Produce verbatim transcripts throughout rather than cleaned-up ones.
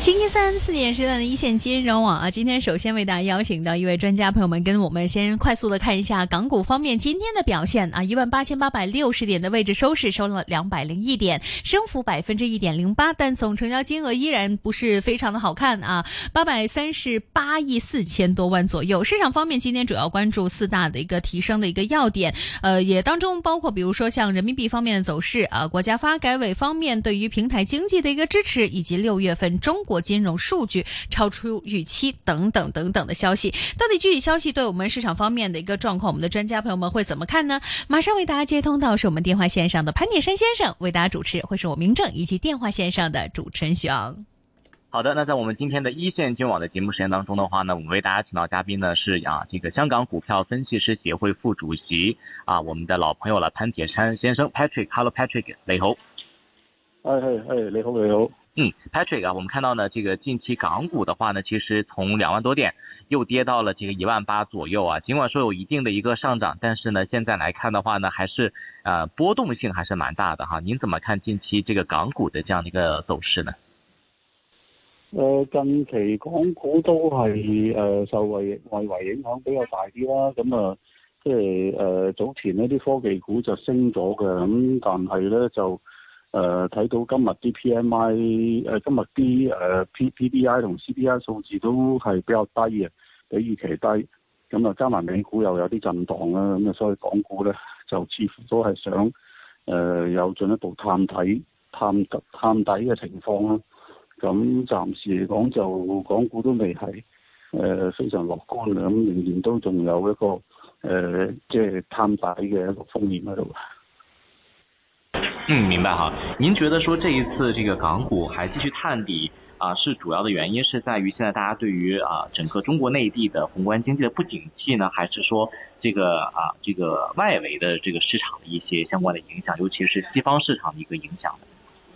星期三四点时段的一线金融网啊，今天首先为大家邀请到一位专家朋友们，跟我们先快速的看一下港股方面今天的表现啊，一万八千八百六十点的位置收市，收了两百零一点，升幅百分之一点零八，但总成交金额依然不是非常的好看啊，八百三十八亿四千多万左右。市场方面今天主要关注四大的一个提升的一个要点，呃，也当中包括比如说像人民币方面的走势啊，国家发改委方面对于平台经济的一个支持，以及六月份中国金融数据超出预期等等等等的消息。到底具体消息对我们市场方面的一个状况，我们的专家朋友们会怎么看呢？马上为大家接通到是我们电话线上的潘铁山先生，为大家主持会是我明正以及电话线上的主持人许昂。 好的，那在我们今天的一线金网的节目时间当中的话呢，我们为大家请到嘉宾呢是啊这个香港股票分析师协会副主席啊我们的老朋友了潘铁山先生 Patrick。Hello Patrick， 你好。 哎哎哎，你好你好。 嗯 ，Patrick 啊，我们看到呢，这个近期港股的话呢，其实从两万多点又跌到了这个一万八左右啊。尽管说有一定的一个上涨，但是呢，现在来看的话呢，还是呃波动性还是蛮大的哈。您怎么看近期这个港股的这样的一个走势呢？ 誒近期港股都係誒、呃、受惠外圍影響比較大啲啦，咁啊即係誒早前呢啲科技股就升咗嘅，咁但係咧就誒睇、呃、到今日啲 P M I 誒、呃、今日啲誒 P P D I 同 C P I 數字都係比較低嘅，比預期低，咁啊加埋美股又有啲震盪啦，咁啊所以港股咧就似乎都係想誒、呃、有進一步探底探探底嘅情況啦。咁暫時嚟講就港股都未係誒、呃、非常樂觀嘅，咁仍然都仲有一個誒即係探底嘅一個風險喺度。 嗯，明白哈。您覺得說這一次這個港股還繼續探底啊、呃，是主要的原因是在於現在大家對於啊、呃、整個中國內地的宏觀經濟的不景氣呢，還是說這個啊、呃、這個外圍的這個市場的一些相關的影響，尤其是西方市場的一個影響呢？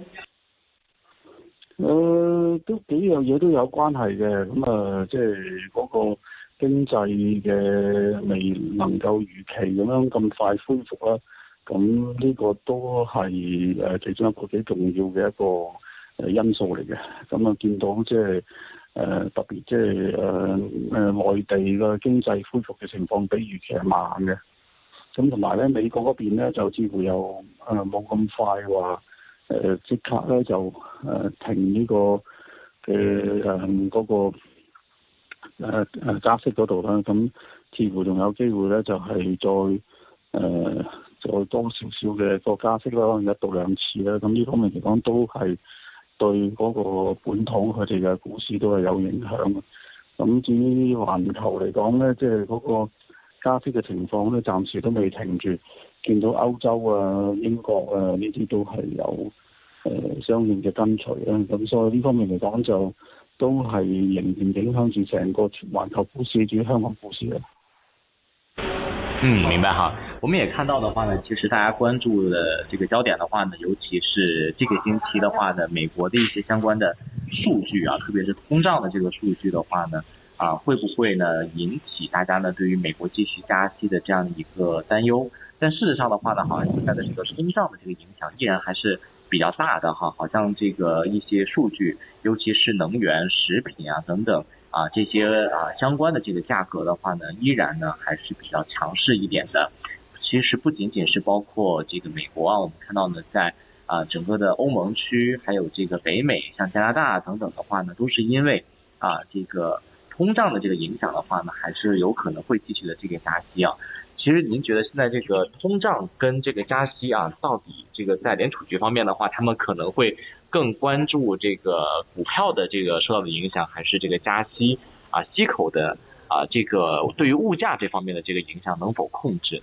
誒、呃、都幾樣嘢都有關係嘅，咁啊即係嗰個經濟嘅未能夠如期咁樣咁快恢復啦，咁呢個都係誒其中一個幾重要嘅一個誒因素嚟嘅。咁啊見到即係誒特別即係誒誒內地嘅經濟恢復嘅情況比預期係慢嘅，咁同埋咧美國嗰邊咧就似乎又誒冇咁快話。誒即刻咧就誒、呃、停呢、這個嘅誒嗰個誒、呃、加息嗰度啦，咁似乎仲有機會咧就係、是、再誒、呃、再多少少嘅個加息啦，可能一到兩次啦，咁呢方面嚟講都係對嗰個本土佢哋嘅股市都係有影響嘅。咁至於環球嚟講咧，即係嗰個加息嘅情況咧，暫時都未停住。見到歐洲啊、英國啊呢啲都係有誒、呃、相應嘅跟隨啦，咁所以呢方面嚟講就都係仍然影響住成個環球股市，至於香港股市嘅。 嗯，明白哈。我們也看到的話呢，其實大家關注的這個焦點的話呢，尤其是這個星期的話呢，美國的一些相關的數據啊，特別是通脹的這個數據的話呢。啊，會不會呢引起大家呢對於美國繼續加息的這樣一個擔憂？但事實上的話呢，好像現在的這個通脹的這個影響依然還是比較大的哈。好像這個一些數據，尤其是能源、食品啊等等啊這些啊相關的這個價格的話呢，依然呢還是比較強勢一點的。其實不僅僅是包括這個美國啊，我們看到呢在啊整個的歐盟區，還有這個北美，像加拿大等等的話呢，都是因為啊這個。通脹的這個影響的話呢，還是有可能會繼續的這個加息啊。其實您覺得現在這個通脹跟這個加息啊，到底這個在聯儲局方面的話，他們可能會更關注這個股票的這個受到的影響，還是這個加息啊息口的啊這個對於物價這方面的這個影響能否控制？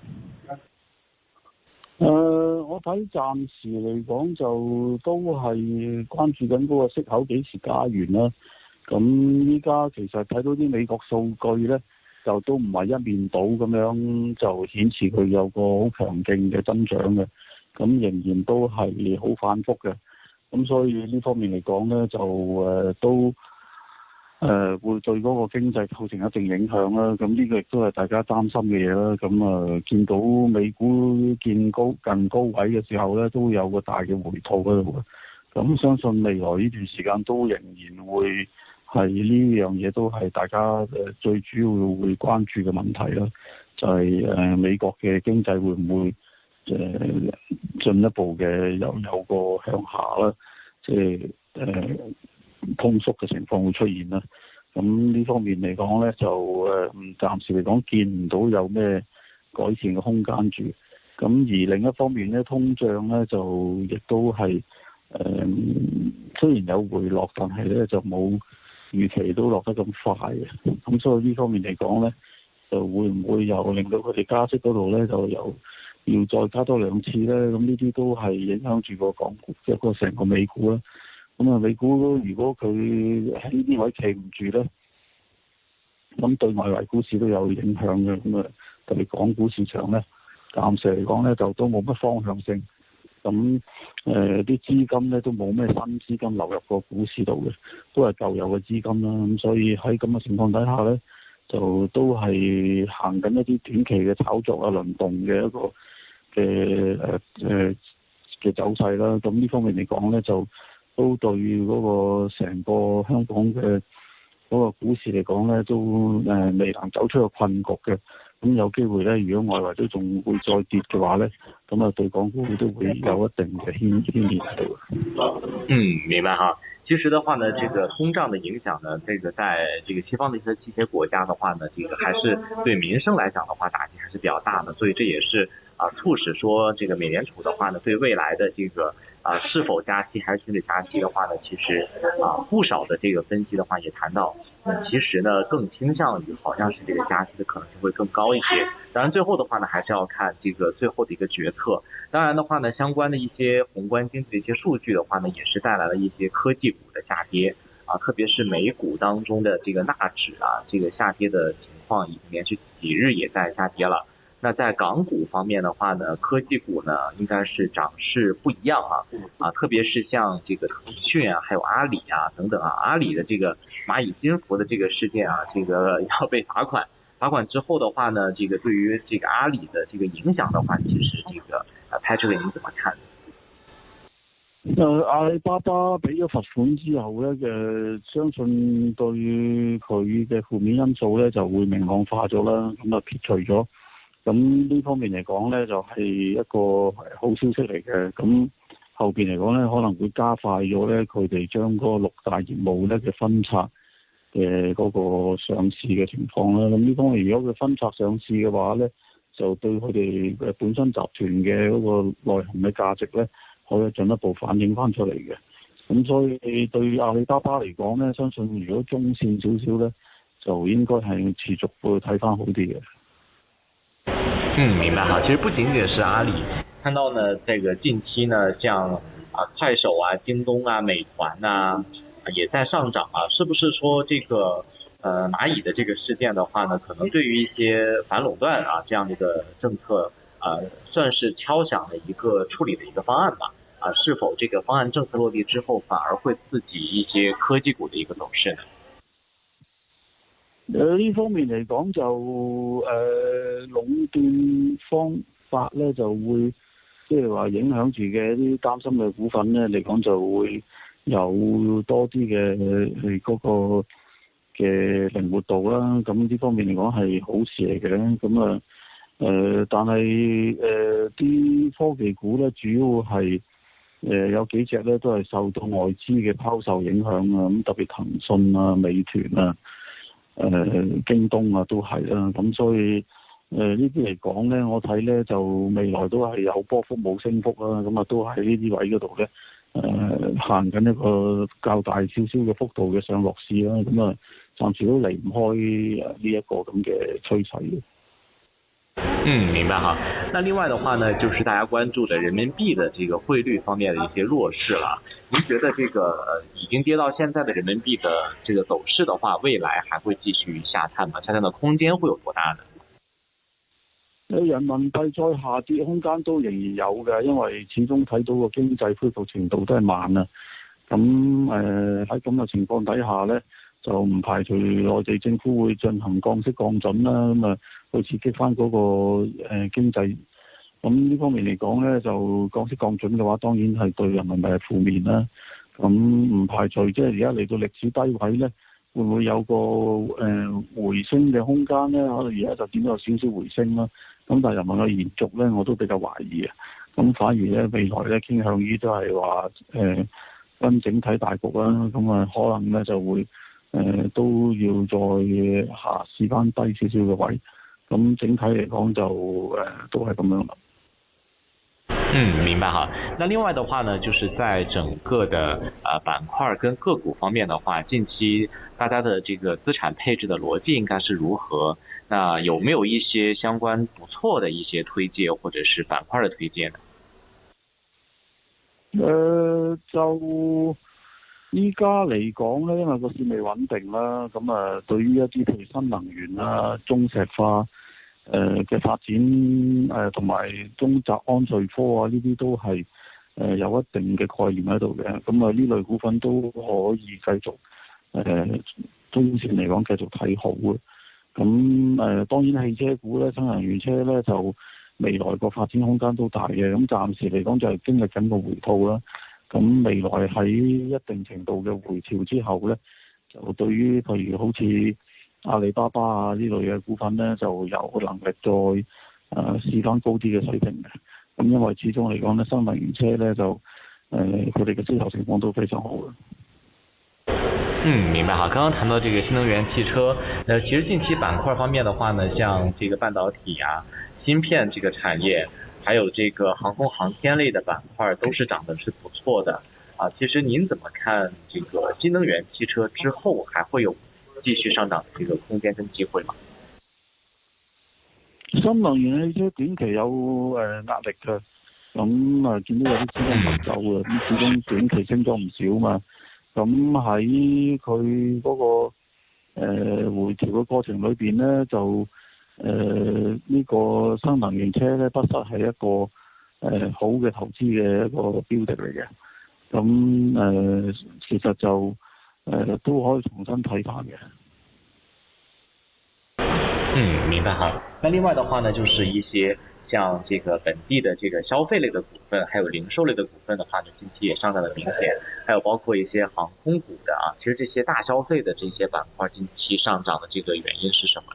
誒、呃，我睇暫時嚟講就都係關注緊嗰個息口幾時加完啦。咁依家其實睇到啲美國數據咧，就都唔係一面倒咁樣就顯示佢有個好強勁嘅增長嘅，咁仍然都係好反覆嘅。咁所以呢方面嚟講咧，就誒、呃、都誒、呃、會對嗰個經濟構成一定影響啦。咁呢個亦都係大家擔心嘅嘢啦。咁啊、呃、見到美股見高近高位嘅時候咧，都有個大嘅回吐嗰度。 咁相信未來呢段時間都仍然會係呢樣嘢都係大家誒最主要會關注嘅問題啦，就係、是、誒美國嘅經濟會唔會誒進一步嘅有有個向下啦，即係誒通縮嘅情況會出現啦。咁呢方面嚟講咧，就誒暫時嚟講見唔到有咩改善嘅空間住。咁而另一方面咧，通脹咧就亦都係誒、呃、雖然有回落，但係咧就冇預期都落得咁快嘅。咁所以呢方面嚟講咧，就會唔會又令到佢哋加息嗰度咧，就又要再加多兩次咧？咁呢啲都係影響住個港股，即係個成個美股啦。咁啊，美股如果佢喺呢啲位企唔住咧，咁對外圍股市都有影響嘅。咁啊，特別港股市場咧，暫時嚟講咧就都冇乜方向性。咁誒啲資金咧都冇咩新資金流入個股市度嘅，都係舊有嘅資金啦。咁所以喺咁嘅情況底下咧，就都係行緊一啲短期嘅炒作啊、輪動嘅一個嘅誒誒嘅走勢啦。咁呢方面嚟講咧，就都對嗰個成個香港嘅嗰個股市嚟講咧，都誒未能走出個困局嘅。咁有機會咧，如果外圍都仲會再跌嘅話咧，咁啊對港股都會有一定嘅牽牽連喺度。 嗯，明白哈。其實的話呢，這個通脹的影響呢，這個在這個西方的一些一些國家的話呢，這個還是對民生來講的話打擊還是比較大的，所以這也是啊促使說這個美聯儲的話呢，對未來的這個啊是否加息還是停止加息的話呢，其實啊不少的這個分析的話也談到，嗯，其實呢更傾向於好像是這個加息的可能性會更高一些。當然最後的話呢，還是要看這個最後的一個決策。當然的話呢，相關的一些宏觀經濟的一些數據的話呢，也是帶來了一些科技股的下跌啊，特別是美股當中的這個納指啊，這個下跌的情況已經連續幾日也在下跌了。那在港股方面的話呢，科技股呢應該是漲勢不一樣啊，啊，特別是像這個騰訊啊，還有阿里啊等等啊，阿里的這個螞蟻金服的這個事件啊，這個要被罰款，罰款之後的話呢，這個對於這個阿里的這個影響的話，其實這個啊，派這個您怎麼看？ 誒，阿里巴巴俾咗罰款之後咧嘅，相信對佢嘅負面因素咧就會明朗化咗啦，咁啊撇除咗。咁呢方面嚟講呢，就係、是、一個好消息嚟嘅。咁後邊嚟講呢，可能會加快咗呢，佢哋將嗰六大業務呢嘅分拆嘅嗰個上市嘅情況啦。咁呢方面如果佢分拆上市嘅話呢，就對佢哋嘅本身集團嘅嗰個內涵嘅價值呢，可以進一步反映翻出嚟嘅。咁所以對阿里巴巴嚟講呢，相信如果中線少少呢，就應該係持續會睇翻好啲嘅。 嗯，明白哈。其實不僅僅是阿里，看到呢，這個近期呢，像啊快手啊、京東啊、美團啊，也在上漲啊。是不是說這個呃螞蟻的這個事件的話呢，可能對於一些反壟斷啊這樣的一個政策啊，算是敲響了一個處理的一個方案吧？啊，是否這個方案政策落地之後，反而會刺激一些科技股的一個走勢呢？ 誒呢方面嚟講就誒、呃、壟斷方法咧就會即係話影響住嘅一啲擔心嘅股份咧嚟講就會有多啲嘅係嗰個嘅靈活度啦。咁呢方面嚟講係好事嚟嘅。咁啊誒，但係誒啲科技股咧主要係誒、呃、有幾隻咧都係受到外資嘅拋售影響啊。咁特別騰訊啊、美團啊。誒、呃、京東啊都係啦，咁所以誒、呃、呢啲嚟講咧，我睇咧就未來都係有波幅冇升幅啦，咁啊都喺呢啲位嗰度咧誒行緊一個較大少少嘅幅度嘅上落市啦，咁啊暫時都離唔開誒呢一個咁嘅趨勢嘅。 嗯，明白哈。那另外的話呢，就是大家關注的人民幣的這個匯率方面的一些弱勢了。您覺得這個呃已經跌到現在的人民幣的這個走勢的話，未來還會繼續下探嗎？下探的空間會有多大呢？ 人民幣再下跌空間都仍然有嘅，因為始終睇到個經濟恢復程度都係慢啊。咁誒喺咁嘅情況底下呢，就唔排除內地政府會進行降息降準啦，咁啊去刺激翻嗰個誒經濟咁呢方面嚟講咧，就降息降準嘅話，當然係對人民幣係負面啦。咁唔排除即係而家嚟到歷史低位咧，會唔會有個誒、呃、回升嘅空間咧？可能而家就見到有少少回升啦。咁但係人民幣延續咧，我都比較懷疑啊。咁反而咧未來咧傾向於都係話誒跟整體大局啦。咁啊可能咧就會誒、呃、都要再下試翻低少少嘅位。咁整體嚟講就誒、呃、都係咁樣啦。 嗯，明白哈。那另外的話呢，就是在整個的呃板塊跟個股方面的話，近期大家的這個資產配置的邏輯應該是如何？那有沒有一些相關不錯的一些推介或者是板塊的推介呢？ 誒、呃，就依家嚟講呢，因為個市未穩定啦，咁啊，對於一啲譬如新能源啊、中石化誒嘅、呃、發展誒，同、呃、埋中澤安瑞科啊，呢啲都係誒、呃、有一定嘅概念喺度嘅。咁啊，呢類股份都可以繼續誒、呃、中線嚟講繼續睇好嘅。咁誒、呃，當然汽車股咧，新能源車咧就未來個發展空間都大嘅。咁暫時嚟講就係經歷緊個回吐啦。咁未來喺一定程度嘅回調之後咧，就對於譬如好似阿里巴巴啊呢類嘅股份咧，就有能力再誒、呃、試翻高啲嘅水平嘅。咁因為始終嚟講咧，新能源車咧就誒佢哋嘅銷售情況都非常好嘅。 嗯，明白哈。剛剛談到這個新能源汽車，呃，其實近期板塊方面的話呢，像這個半導體啊、芯片這個產業，還有這個航空航天類的板塊，都是漲得是不錯的啊。其實您怎麼看這個新能源汽車之後還會有繼續上漲的這個空間跟機會嗎？ 新能源汽車短期有誒、呃、壓力嘅，咁啊見到有啲資金流走嘅，咁始終短期升咗唔少嘛。咁喺佢嗰個誒、呃、回調嘅過程裏邊咧，就誒呢、呃這個新能源車咧，不失係一個誒、呃、好嘅投資嘅一個標的嚟嘅。咁誒、呃、其實就誒、呃、都可以重新睇翻嘅。 嗯，明白哈。那另外的話呢，就是一些像這個本地的這個消費類的股份，還有零售類的股份的話呢，近期也上漲得明顯。還有包括一些航空股的啊，其實這些大消費的這些板塊近期上漲的這個原因是什麼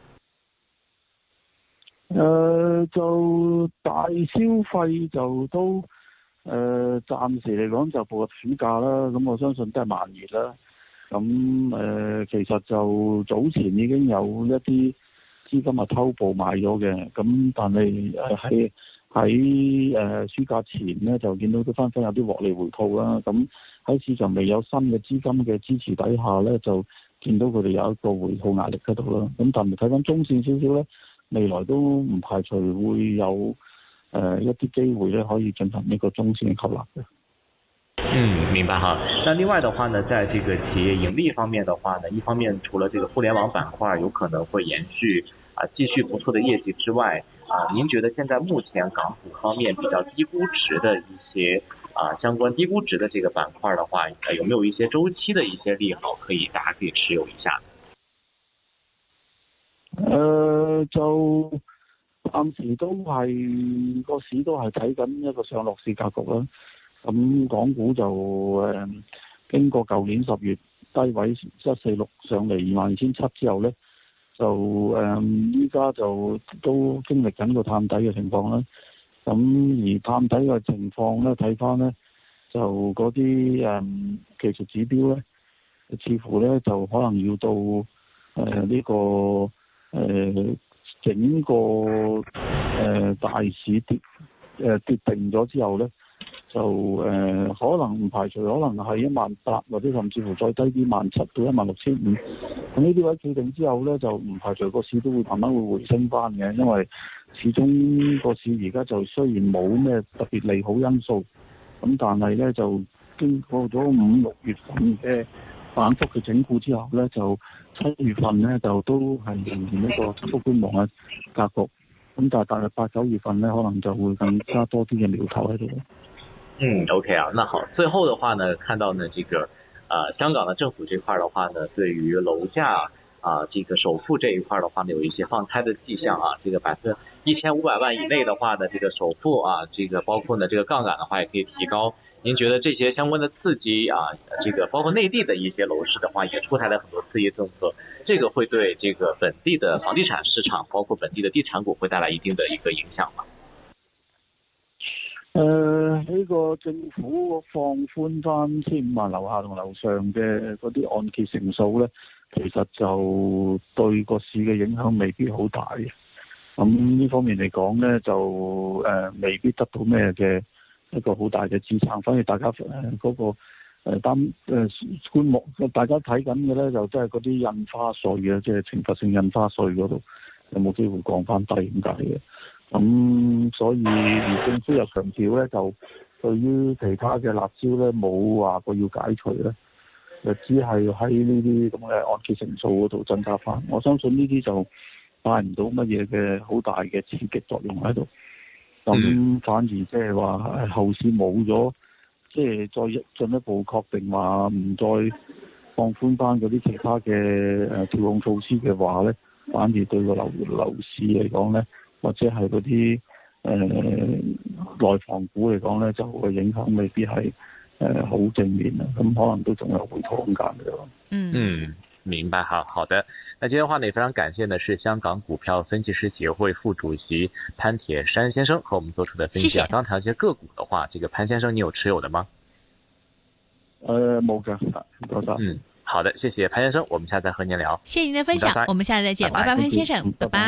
呢？ 呃，就大消費就都誒暫時嚟講就步入暑假啦，咁我相信都係慢熱啦。咁誒、呃、其實就早前已經有一啲資金啊偷步買咗嘅，咁但係誒喺喺誒暑假前咧就見到都紛紛有啲獲利回吐啦。咁喺市場未有新嘅資金嘅支持底下咧，就見到佢哋有一個回吐壓力喺度啦。咁但係睇翻中線少少咧，未來都唔排除會有誒、呃、一啲機會咧，可以進行呢個中線嘅吸納嘅。 嗯，明白哈。那另外的話呢，在這個企業盈利方面的話呢，一方面除了這個互聯網板塊有可能會延續啊繼續不錯的業績之外，啊，您覺得現在目前港股方面比較低估值的一些啊相關低估值的這個板塊的話，有沒有一些週期的一些利好可以大家可以持有一下？ 誒、呃，就暫時都係個市都係睇緊一個上落市格局啦。咁港股就誒、呃、經過舊年十月低位一四六上嚟二萬二千七之後咧，就誒依家就都經歷緊個探底嘅情況啦。咁而探底嘅情況咧，睇翻咧就嗰啲誒技術指標咧，似乎咧就可能要到誒呢、呃這個誒、呃、整個誒、呃、大市跌誒、呃、跌定咗之後咧。就誒、呃、可能唔排除，可能係一萬八或者甚至乎再低啲萬七到一萬六千五。咁呢啲位企定之後咧，就唔排除個市都會慢慢會回升翻嘅，因為始終個市而家就雖然冇咩特別利好因素，咁但係咧就經過咗五六月份嘅反覆嘅整固之後咧，就七月份咧就都係仍然一個窄幅觀望嘅格局。咁但係大約八九月份咧，可能就會更加多啲嘅苗頭喺度。 嗯 ，OK 啊，那好，最後的話呢，看到呢這個，呃，香港的政府這塊的話呢，對於樓價啊，这个首付这一块的话呢，有一些放开的迹象啊，这个百分一千五百万以内的话呢，这个首付啊，这个包括呢这个杠杆的话也可以提高。您觉得这些相关的刺激啊，这个包括内地的一些楼市的话，也出台了很多刺激政策，这个会对这个本地的房地产市场，包括本地的地产股会带来一定的一個影響嗎？ 誒、呃，呢、這個政府放寬翻千五萬樓下同樓上嘅嗰啲按揭成數咧，其實就對個市嘅影響未必好大嘅。咁呢方面嚟講咧，就誒、呃、未必得到咩嘅一個好大嘅支撐，反而大家誒嗰、呃那個誒擔誒觀目，大家睇緊嘅咧就即係嗰啲印花稅啊，即係懲罰性印花稅嗰度有冇機會降翻低咁解嘅。咁所以而政府又強調咧，就對於其他嘅辣椒咧冇話過要解除咧，就只係喺呢啲咁嘅按揭成數嗰度增加翻。我相信呢啲就帶唔到乜嘢嘅好大嘅刺激作用喺度。咁反而即係話後市冇咗，即係再進一步確定話唔再放寬翻嗰啲其他嘅誒調控措施嘅話咧，反而對個樓樓市嚟講咧，或者係嗰啲誒內房股嚟講咧，就個影響未必係誒好正面啊，咁可能都仲有回吐空間嘅。 嗯嗯，明白哈，好的。那今天的話呢，也非常感謝的是香港股票分析師協會副主席潘鐵珊先生和我們做出的分析啊。謝謝剛才一些個股的話，這個潘先生你有持有的嗎？ 呃，冇嘅，多謝。 嗯，好的，謝謝潘先生，我們下次再和您聊。 謝謝您的分享，我們下次再見，拜拜，潘先生，拜拜。